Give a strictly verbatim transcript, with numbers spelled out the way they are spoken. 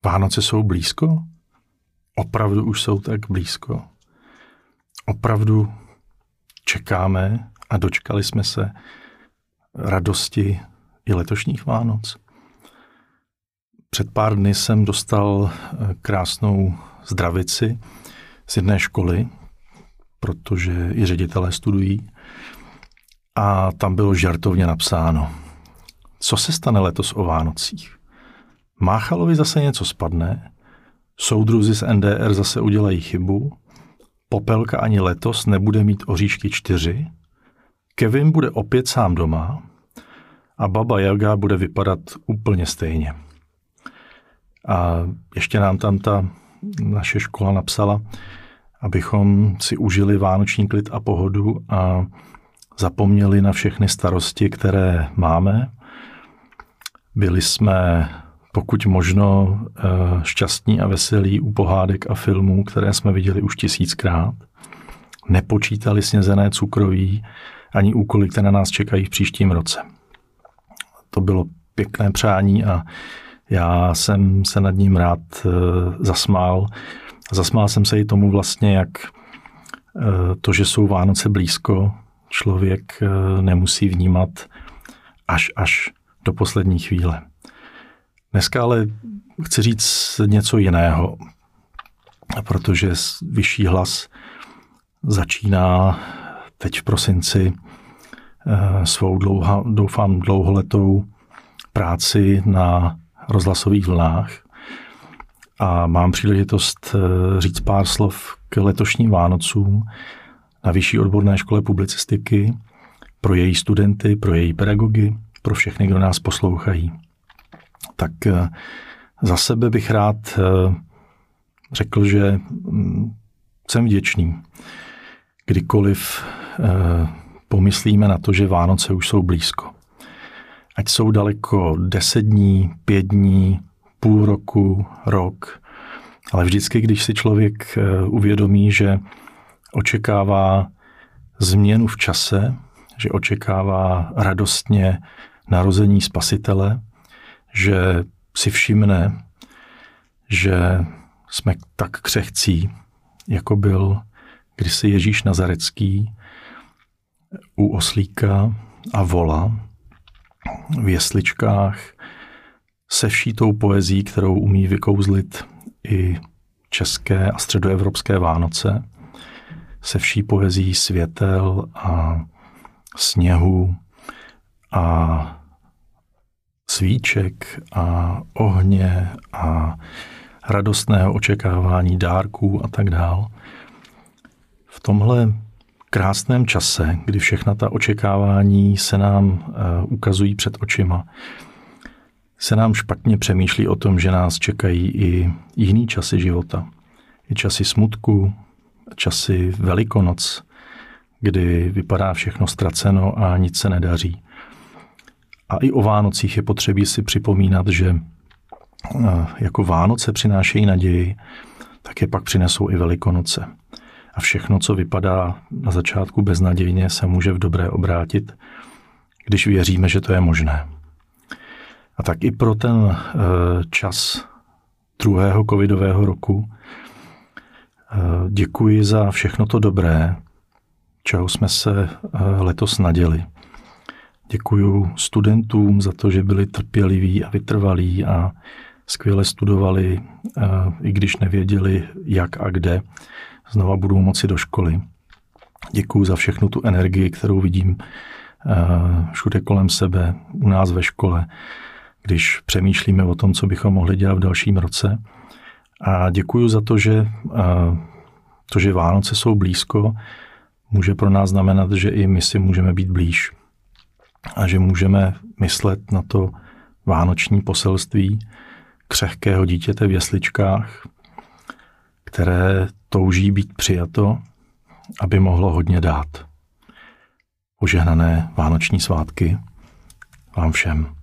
Vánoce jsou blízko? Opravdu už jsou tak blízko. Opravdu čekáme a dočkali jsme se radosti i letošních Vánoc. Před pár dny jsem dostal krásnou zdravici z jedné školy, protože i ředitelé studují. A tam bylo žartovně napsáno, co se stane letos o Vánocích. Máchalovi zase něco spadne, soudruzi z N D R zase udělají chybu, Popelka ani letos nebude mít oříšky čtyři, Kevin bude opět sám doma a Baba Jaga bude vypadat úplně stejně. A ještě nám tam ta naše škola napsala, abychom si užili vánoční klid a pohodu a zapomněli na všechny starosti, které máme. Byli jsme pokud možno šťastní a veselí u pohádek a filmů, které jsme viděli už tisíckrát. Nepočítali snězené cukroví ani úkoly, které nás čekají v příštím roce. To bylo pěkné přání a já jsem se nad ním rád zasmál. Zasmál jsem se i tomu vlastně, jak to, že jsou Vánoce blízko, člověk nemusí vnímat až až do poslední chvíle. Dneska ale chci říct něco jiného, protože vyšší hlas začíná teď v prosinci svou dlouha, doufám dlouholetou práci na rozhlasových vlnách a mám příležitost říct pár slov k letošním Vánocům na Vyšší odborné škole publicistiky pro její studenty, pro její pedagogy, pro všechny, kdo nás poslouchají. Tak za sebe bych rád řekl, že jsem vděčný. Kdykoliv pomyslíme na to, že Vánoce už jsou blízko. Ať jsou daleko deset dní, pět dní, půl roku, rok, ale vždycky, když si člověk uvědomí, že očekává změnu v čase, že očekává radostně narození Spasitele, že si všimne, že jsme tak křehcí, jako byl kdysi Ježíš Nazarecký u oslíka a vola v jesličkách se vší tou poezí, kterou umí vykouzlit i české a středoevropské Vánoce, se vší poezí světel a sněhu a svíček a ohně a radostného očekávání dárků a tak dál. V tomhle krásném čase, kdy všechna ta očekávání se nám uh, ukazují před očima, se nám špatně přemýšlí o tom, že nás čekají i jiný časy života. I časy smutku, časy Velikonoc, kdy vypadá všechno ztraceno a nic se nedaří. A i o Vánocích je potřebí si připomínat, že jako Vánoce přinášejí naději, tak je pak přinesou i Velikonoce. A všechno, co vypadá na začátku beznadějně, se může v dobré obrátit, když věříme, že to je možné. A tak i pro ten čas druhého covidového roku děkuji za všechno to dobré, čeho jsme se letos naděli. Děkuji studentům za to, že byli trpěliví a vytrvalí a skvěle studovali, i když nevěděli, jak a kde znova budou moci do školy. Děkuji za všechnu tu energii, kterou vidím všude kolem sebe, u nás ve škole, když přemýšlíme o tom, co bychom mohli dělat v dalším roce. A děkuji za to, že to, že Vánoce jsou blízko, může pro nás znamenat, že i my si můžeme být blíž. A že můžeme myslet na to vánoční poselství křehkého dítěte v jesličkách, které touží být přijato, aby mohlo hodně dát. Požehnané vánoční svátky vám všem.